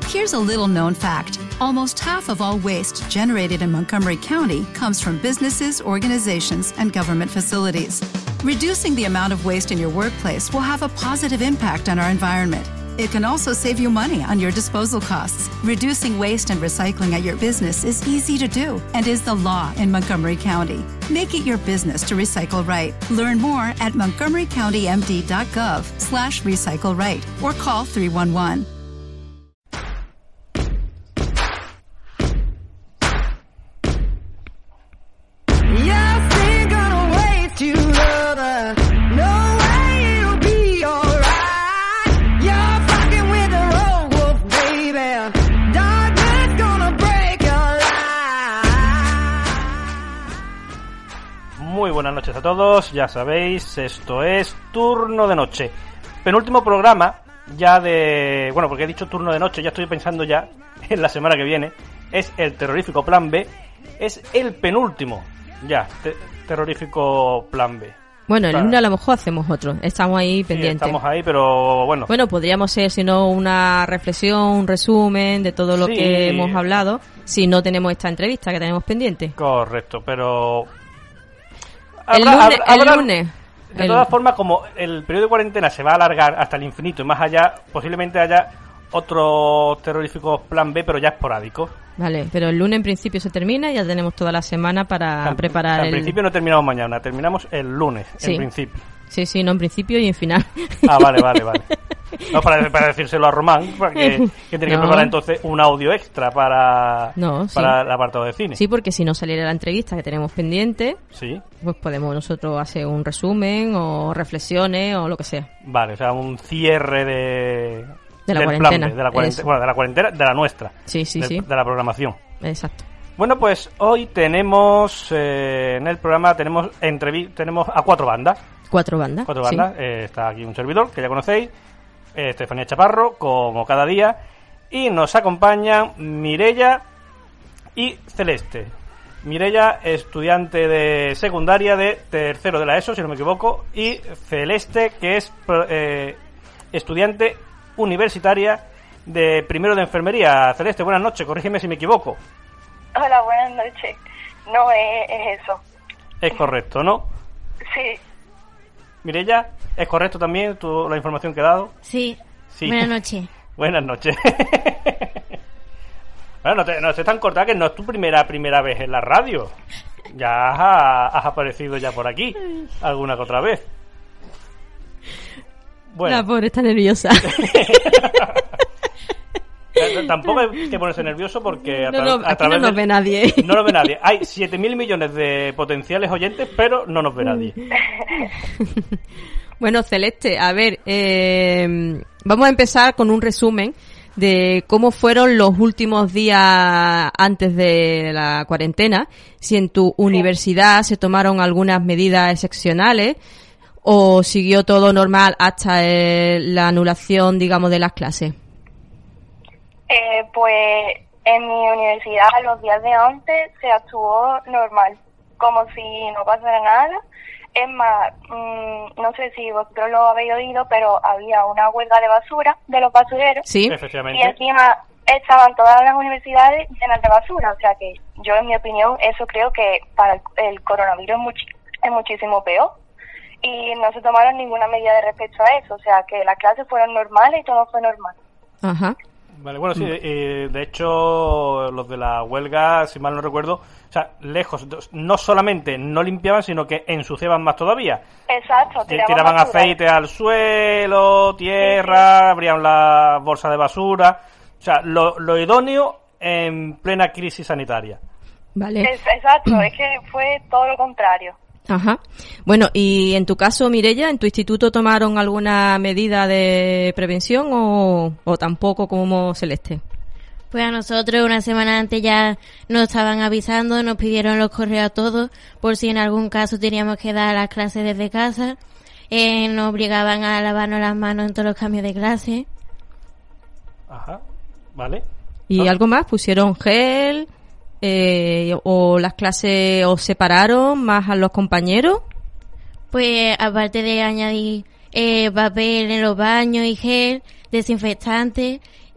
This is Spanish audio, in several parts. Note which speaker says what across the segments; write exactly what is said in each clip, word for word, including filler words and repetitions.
Speaker 1: Here's a little known fact. Almost half of all waste generated in Montgomery County comes from businesses, organizations, and government facilities. Reducing the amount of waste in your workplace will have a positive impact on our environment. It can also save you money on your disposal costs. Reducing waste and recycling at your business is easy to do and is the law in Montgomery County. Make it your business to recycle right. Learn more at montgomery county m d dot gov slash recycle right or call three one one.
Speaker 2: Muy buenas noches a todos, ya sabéis, esto es Turno de Noche. Penúltimo programa ya de... Bueno, porque he dicho turno de noche, ya estoy pensando ya en la semana que viene. Es el terrorífico Plan B, es el penúltimo ya, te- terrorífico Plan B.
Speaker 3: Bueno, el
Speaker 2: Claro.
Speaker 3: lunes a lo mejor hacemos otro, estamos ahí
Speaker 2: Sí,
Speaker 3: pendientes.
Speaker 2: estamos ahí, pero bueno.
Speaker 3: Bueno, podríamos ser, si no, una reflexión, un resumen de todo lo
Speaker 2: Sí.
Speaker 3: que hemos hablado, si no tenemos esta entrevista que tenemos pendiente.
Speaker 2: Correcto, pero...
Speaker 3: El
Speaker 2: Habrá-
Speaker 3: lunes,
Speaker 2: habrá-
Speaker 3: el
Speaker 2: habrá-
Speaker 3: lunes.
Speaker 2: De
Speaker 3: el-
Speaker 2: todas formas, como el periodo de cuarentena se va a alargar hasta el infinito y más allá, posiblemente haya otros terroríficos Plan B, pero ya esporádicos.
Speaker 3: Vale, pero el lunes en principio se termina y ya tenemos toda la semana para
Speaker 2: En-
Speaker 3: preparar
Speaker 2: en
Speaker 3: el...
Speaker 2: principio no terminamos mañana, terminamos el lunes,
Speaker 3: Sí.
Speaker 2: en principio.
Speaker 3: Sí, sí, no en principio y en final.
Speaker 2: Ah, vale, vale, vale. No, para, para decírselo a Román, porque que tiene que
Speaker 3: No.
Speaker 2: preparar entonces un audio extra para,
Speaker 3: No, sí.
Speaker 2: para el apartado de cine.
Speaker 3: Sí, porque si no saliera la entrevista que tenemos pendiente,
Speaker 2: Sí,
Speaker 3: pues podemos nosotros hacer un resumen o reflexiones o lo que sea.
Speaker 2: vale, o sea, un cierre de...
Speaker 3: De la
Speaker 2: del
Speaker 3: cuarentena,
Speaker 2: Plan B, de la cuarentena,
Speaker 3: eso.
Speaker 2: bueno, de la cuarentena, de la nuestra.
Speaker 3: Sí, sí,
Speaker 2: del-
Speaker 3: sí.
Speaker 2: De la programación.
Speaker 3: Exacto.
Speaker 2: Bueno, pues hoy tenemos eh, en el programa tenemos entrevi- tenemos a cuatro bandas.
Speaker 3: Cuatro bandas.
Speaker 2: Cuatro
Speaker 3: sí.
Speaker 2: bandas. Eh, está aquí un servidor que ya conocéis, eh, Estefanía Chaparro, como cada día, y nos acompañan Mireia y Celeste. Mireia, estudiante de secundaria de tercero de la ESO, si no me equivoco, y Celeste, que es eh, estudiante universitaria de primero de enfermería. Celeste, buenas noches, corrígeme si me equivoco.
Speaker 4: Hola, buenas noches. No, es, es eso.
Speaker 2: Es correcto, ¿no?
Speaker 4: Sí.
Speaker 2: Mireia, ¿es correcto también tu, la información que he dado?
Speaker 5: Sí.
Speaker 2: Sí.
Speaker 5: Buenas noches.
Speaker 2: Buenas noches. Bueno, no te, no estés tan cortada que no es tu primera primera vez en la radio. Ya has, has aparecido ya por aquí alguna que otra vez. Bueno,
Speaker 3: La pobre está nerviosa.
Speaker 2: t- tampoco hay que ponerse nervioso porque a,
Speaker 3: No,
Speaker 2: tra-
Speaker 3: no,
Speaker 2: a
Speaker 3: aquí no
Speaker 2: través
Speaker 3: nos
Speaker 2: del-
Speaker 3: ve nadie.
Speaker 2: No nos ve nadie. Hay siete mil millones de potenciales oyentes, pero no nos ve nadie.
Speaker 3: Bueno, Celeste, a ver, eh, vamos a empezar con un resumen de cómo fueron los últimos días antes de la cuarentena, si en tu universidad se tomaron algunas medidas excepcionales o siguió todo normal hasta eh, la anulación, digamos, de las clases.
Speaker 4: Eh, pues en mi universidad los días de antes se actuó normal, como si no pasara nada. Es más, mmm, no sé si vosotros lo habéis oído, pero había una huelga de basura de los basureros.
Speaker 3: Sí,
Speaker 4: Y
Speaker 2: Efectivamente.
Speaker 4: encima estaban todas las universidades llenas de basura. O sea que yo, en mi opinión, eso creo que para el, el coronavirus es, muchi- es muchísimo peor. Y no se tomaron ninguna medida de respecto a eso. O sea que las clases fueron normales y todo fue normal.
Speaker 3: ajá.
Speaker 2: Vale, bueno, sí, eh, de hecho, los de la huelga, si mal no recuerdo, o sea, lejos, no solamente no limpiaban, sino que ensuciaban más todavía.
Speaker 4: Exacto.
Speaker 2: T-
Speaker 4: tiraban
Speaker 2: Tiraban
Speaker 4: basura.
Speaker 2: aceite al suelo, tierra, abrían la bolsa de basura. O sea, lo, lo idóneo en plena crisis sanitaria.
Speaker 3: Vale.
Speaker 4: Es- exacto, es que fue todo lo contrario.
Speaker 3: Ajá. Bueno, y en tu caso, Mireia, ¿en tu instituto tomaron alguna medida de prevención o, o tampoco como Celeste?
Speaker 5: Pues a nosotros una semana antes ya nos estaban avisando, nos pidieron los correos a todos por si en algún caso teníamos que dar las clases desde casa. Eh, nos obligaban a lavarnos las manos en todos los cambios de clase.
Speaker 2: Ajá, vale.
Speaker 3: ¿Y
Speaker 2: Ah.
Speaker 3: algo más? ¿Pusieron gel? Eh, ¿O las clases os separaron más a los compañeros?
Speaker 5: Pues aparte de añadir eh, papel en los baños y gel, desinfectante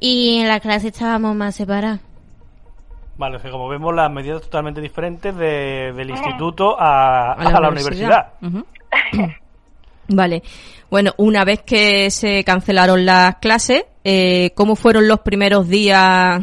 Speaker 5: y en la clase estábamos más separados.
Speaker 2: Vale, o sea, como vemos, las medidas totalmente diferentes de, del instituto a,
Speaker 3: A la
Speaker 2: a la universidad.
Speaker 3: universidad. Ujú. Vale. Bueno, una vez que se cancelaron las clases, eh, ¿cómo fueron los primeros días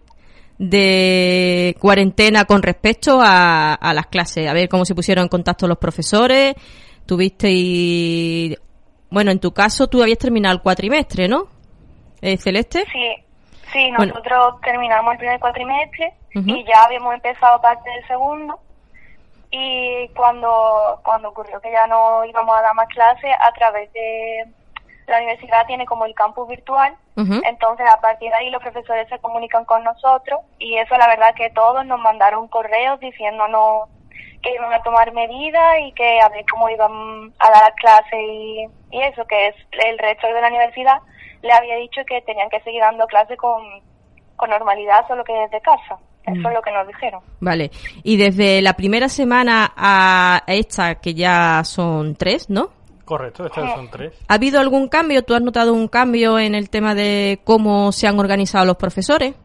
Speaker 3: de cuarentena con respecto a, a las clases? A ver, ¿cómo se pusieron en contacto los profesores? ¿Tuvisteis...? Bueno, en tu caso, tú habías terminado el cuatrimestre, ¿no? Eh, ¿Celeste?
Speaker 4: Sí, sí,
Speaker 3: Bueno.
Speaker 4: nosotros terminamos el primer cuatrimestre
Speaker 3: Ujú.
Speaker 4: y ya habíamos empezado parte del segundo. Y cuando, cuando ocurrió que ya no íbamos a dar más clases, a través de la universidad tiene como el campus virtual,
Speaker 3: Ujú.
Speaker 4: entonces a partir de ahí los profesores se comunican con nosotros y eso la verdad que todos nos mandaron correos diciéndonos que iban a tomar medidas y que a ver cómo iban a dar las clases y, y eso, que es el rector de la universidad le había dicho que tenían que seguir dando clases con, con normalidad, solo que desde casa. Eso
Speaker 3: Mm.
Speaker 4: es lo que nos dijeron.
Speaker 3: Vale. Y desde la primera semana a esta, que ya son tres, ¿no?
Speaker 2: Correcto, estas son tres.
Speaker 3: ¿Ha habido algún cambio? ¿Tú has notado un cambio en el tema de cómo se han organizado los profesores?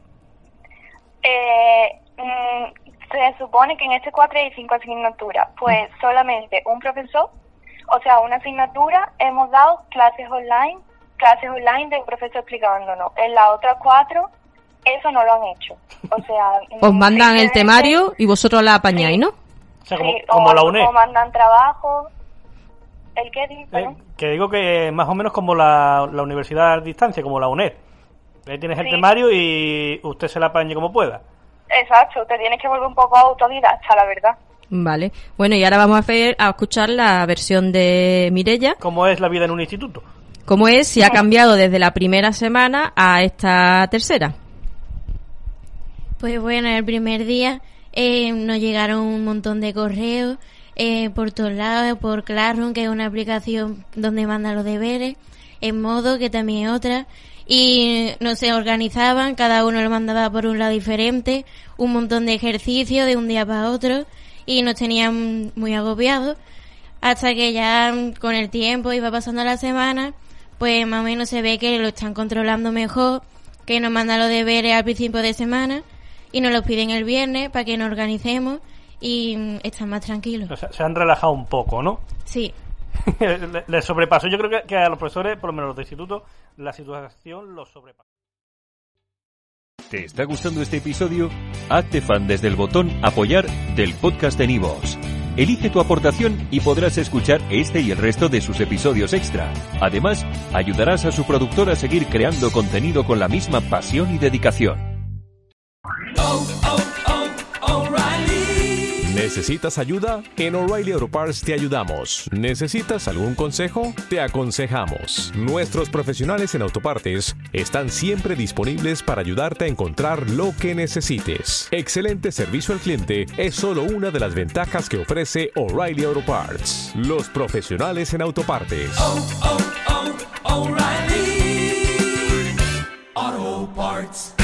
Speaker 4: Eh, mm, se supone que en este cuatro hay cinco asignaturas, pues solamente un profesor, o sea, una asignatura, hemos dado clases online, clases online de un profesor explicándonos. En las otras cuatro, eso no lo han hecho. O sea,
Speaker 3: Os
Speaker 4: mm,
Speaker 3: mandan el
Speaker 4: simplemente-
Speaker 3: temario y vosotros la apañáis,
Speaker 4: Sí.
Speaker 3: ¿no?
Speaker 2: O sea, como,
Speaker 4: sí,
Speaker 2: como
Speaker 4: o,
Speaker 2: la UNED.
Speaker 4: o mandan trabajo. ¿El qué?
Speaker 2: Eh,
Speaker 4: Perdón.
Speaker 2: que digo que más o menos como la, la universidad a distancia, como la UNED. Ahí tienes el
Speaker 4: Sí.
Speaker 2: temario y usted se la apañe como pueda.
Speaker 4: Exacto, te tienes que volver un poco autodidacta, la verdad.
Speaker 3: Vale. Bueno, y ahora vamos a, ver, a escuchar la versión de Mireia.
Speaker 2: ¿Cómo es la vida en un instituto?
Speaker 3: ¿Cómo es? Si ha cambiado desde la primera semana a esta tercera.
Speaker 5: Pues bueno, el primer día eh, nos llegaron un montón de correos eh, por todos lados, por Classroom, que es una aplicación donde mandan los deberes, en Modo, que también es otra, y no se organizaban, cada uno lo mandaba por un lado diferente, un montón de ejercicios de un día para otro, y nos tenían muy agobiados, hasta que ya con el tiempo iba pasando la semana, pues más o menos se ve que lo están controlando mejor, que nos mandan los deberes al principio de semana, y nos los piden el viernes para que nos organicemos y mm, están más tranquilos.
Speaker 2: O sea, se han relajado un poco, ¿no?
Speaker 5: Sí.
Speaker 2: le, le sobrepasó. Yo creo que, que a los profesores, por lo menos los de instituto, la situación los sobrepasó.
Speaker 6: ¿Te está gustando este episodio? Hazte fan desde el botón Apoyar del podcast de Nivos. Elige tu aportación y podrás escuchar este y el resto de sus episodios extra. Además, ayudarás a su productor a seguir creando contenido con la misma pasión y dedicación.
Speaker 7: ¿Necesitas ayuda? En O'Reilly Auto Parts te ayudamos. ¿Necesitas algún consejo? Te aconsejamos. Nuestros profesionales en autopartes están siempre disponibles para ayudarte a encontrar lo que necesites. Excelente servicio al cliente es solo una de las ventajas que ofrece O'Reilly Auto Parts. Los profesionales en autopartes.
Speaker 8: oh, oh, oh, O'Reilly Auto Parts.